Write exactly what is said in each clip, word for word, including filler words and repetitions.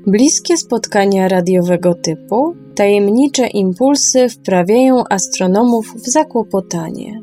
Bliskie spotkania radiowego typu, tajemnicze impulsy wprawiają astronomów w zakłopotanie.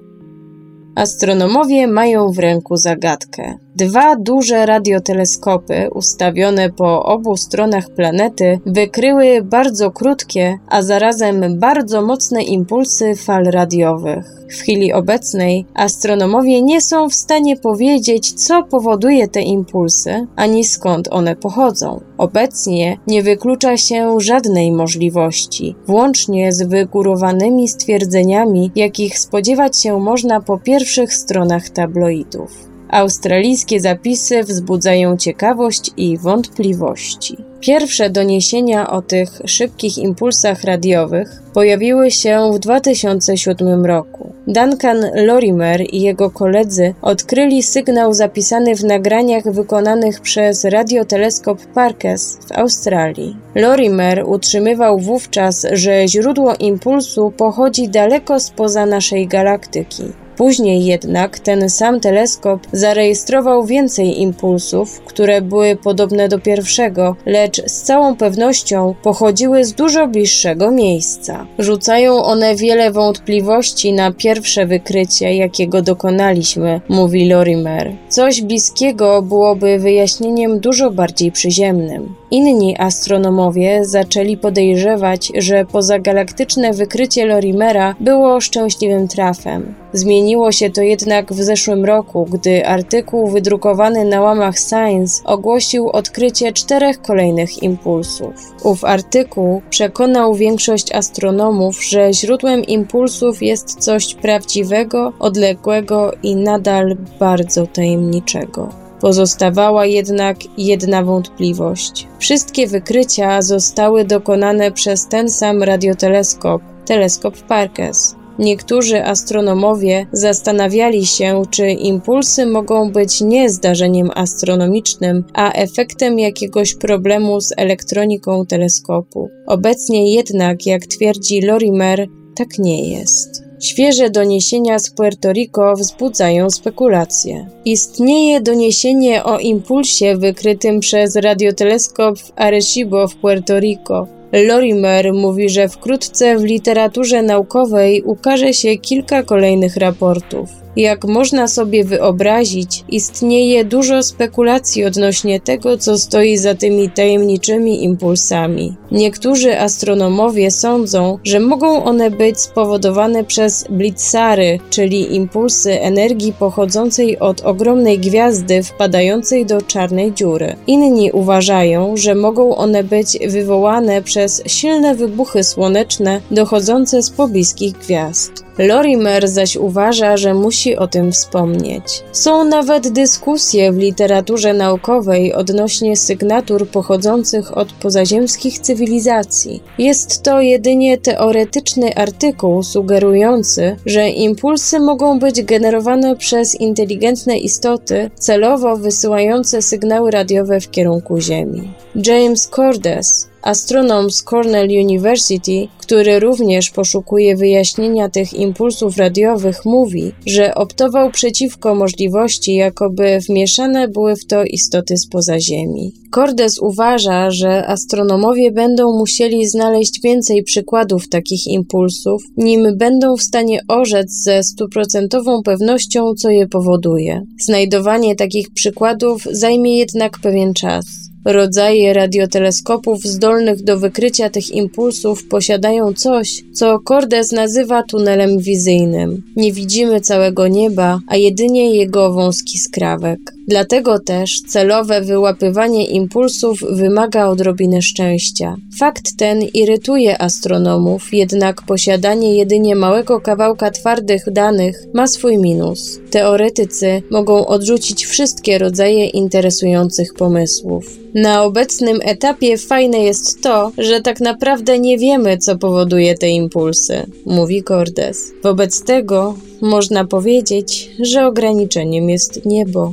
Astronomowie mają w ręku zagadkę. Dwa duże radioteleskopy ustawione po obu stronach planety wykryły bardzo krótkie, a zarazem bardzo mocne impulsy fal radiowych. W chwili obecnej astronomowie nie są w stanie powiedzieć, co powoduje te impulsy, ani skąd one pochodzą. Obecnie nie wyklucza się żadnej możliwości, włącznie z wygórowanymi stwierdzeniami, jakich spodziewać się można po pierwszych stronach tabloidów. Australijskie zapisy wzbudzają ciekawość i wątpliwości. Pierwsze doniesienia o tych szybkich impulsach radiowych pojawiły się w dwa tysiące siódmym roku. Duncan Lorimer i jego koledzy odkryli sygnał zapisany w nagraniach wykonanych przez radioteleskop Parkes w Australii. Lorimer utrzymywał wówczas, że źródło impulsu pochodzi daleko spoza naszej galaktyki. Później jednak ten sam teleskop zarejestrował więcej impulsów, które były podobne do pierwszego, lecz z całą pewnością pochodziły z dużo bliższego miejsca. Rzucają one wiele wątpliwości na pierwsze wykrycie, jakiego dokonaliśmy, mówi Lorimer. Coś bliskiego byłoby wyjaśnieniem dużo bardziej przyziemnym. Inni astronomowie zaczęli podejrzewać, że pozagalaktyczne wykrycie Lorimera było szczęśliwym trafem. Zmieniło się to jednak w zeszłym roku, gdy artykuł wydrukowany na łamach Science ogłosił odkrycie czterech kolejnych impulsów. Ów artykuł przekonał większość astronomów, że źródłem impulsów jest coś prawdziwego, odległego i nadal bardzo tajemniczego. Pozostawała jednak jedna wątpliwość. Wszystkie wykrycia zostały dokonane przez ten sam radioteleskop, teleskop Parkes. Niektórzy astronomowie zastanawiali się, czy impulsy mogą być nie zdarzeniem astronomicznym, a efektem jakiegoś problemu z elektroniką teleskopu. Obecnie jednak, jak twierdzi Lorimer, tak nie jest. Świeże doniesienia z Puerto Rico wzbudzają spekulacje. Istnieje doniesienie o impulsie wykrytym przez radioteleskop w Arecibo w Puerto Rico. Lorimer mówi, że wkrótce w literaturze naukowej ukaże się kilka kolejnych raportów. Jak można sobie wyobrazić, istnieje dużo spekulacji odnośnie tego, co stoi za tymi tajemniczymi impulsami. Niektórzy astronomowie sądzą, że mogą one być spowodowane przez blitzary, czyli impulsy energii pochodzącej od ogromnej gwiazdy wpadającej do czarnej dziury. Inni uważają, że mogą one być wywołane przez silne wybuchy słoneczne dochodzące z pobliskich gwiazd. Lorimer zaś uważa, że musi o tym wspomnieć. Są nawet dyskusje w literaturze naukowej odnośnie sygnatur pochodzących od pozaziemskich cywilizacji. Jest to jedynie teoretyczny artykuł sugerujący, że impulsy mogą być generowane przez inteligentne istoty celowo wysyłające sygnały radiowe w kierunku Ziemi. James Cordes, astronom z Cornell University, który również poszukuje wyjaśnienia tych impulsów radiowych, mówi, że optował przeciwko możliwości, jakoby wmieszane były w to istoty spoza Ziemi. Cordes uważa, że astronomowie będą musieli znaleźć więcej przykładów takich impulsów, nim będą w stanie orzec ze stuprocentową pewnością, co je powoduje. Znajdowanie takich przykładów zajmie jednak pewien czas. Rodzaje radioteleskopów zdolnych do wykrycia tych impulsów posiadają coś, co Cordes nazywa tunelem wizyjnym. Nie widzimy całego nieba, a jedynie jego wąski skrawek. Dlatego też celowe wyłapywanie impulsów wymaga odrobiny szczęścia. Fakt ten irytuje astronomów, jednak posiadanie jedynie małego kawałka twardych danych ma swój minus. Teoretycy mogą odrzucić wszystkie rodzaje interesujących pomysłów. Na obecnym etapie fajne jest to, że tak naprawdę nie wiemy, co powoduje te impulsy, mówi Cordes. Wobec tego można powiedzieć, że ograniczeniem jest niebo.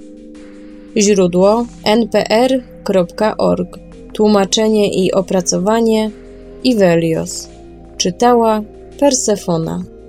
Źródło en pe er kropka org. Tłumaczenie i opracowanie Ivelios. Czytała Persefona.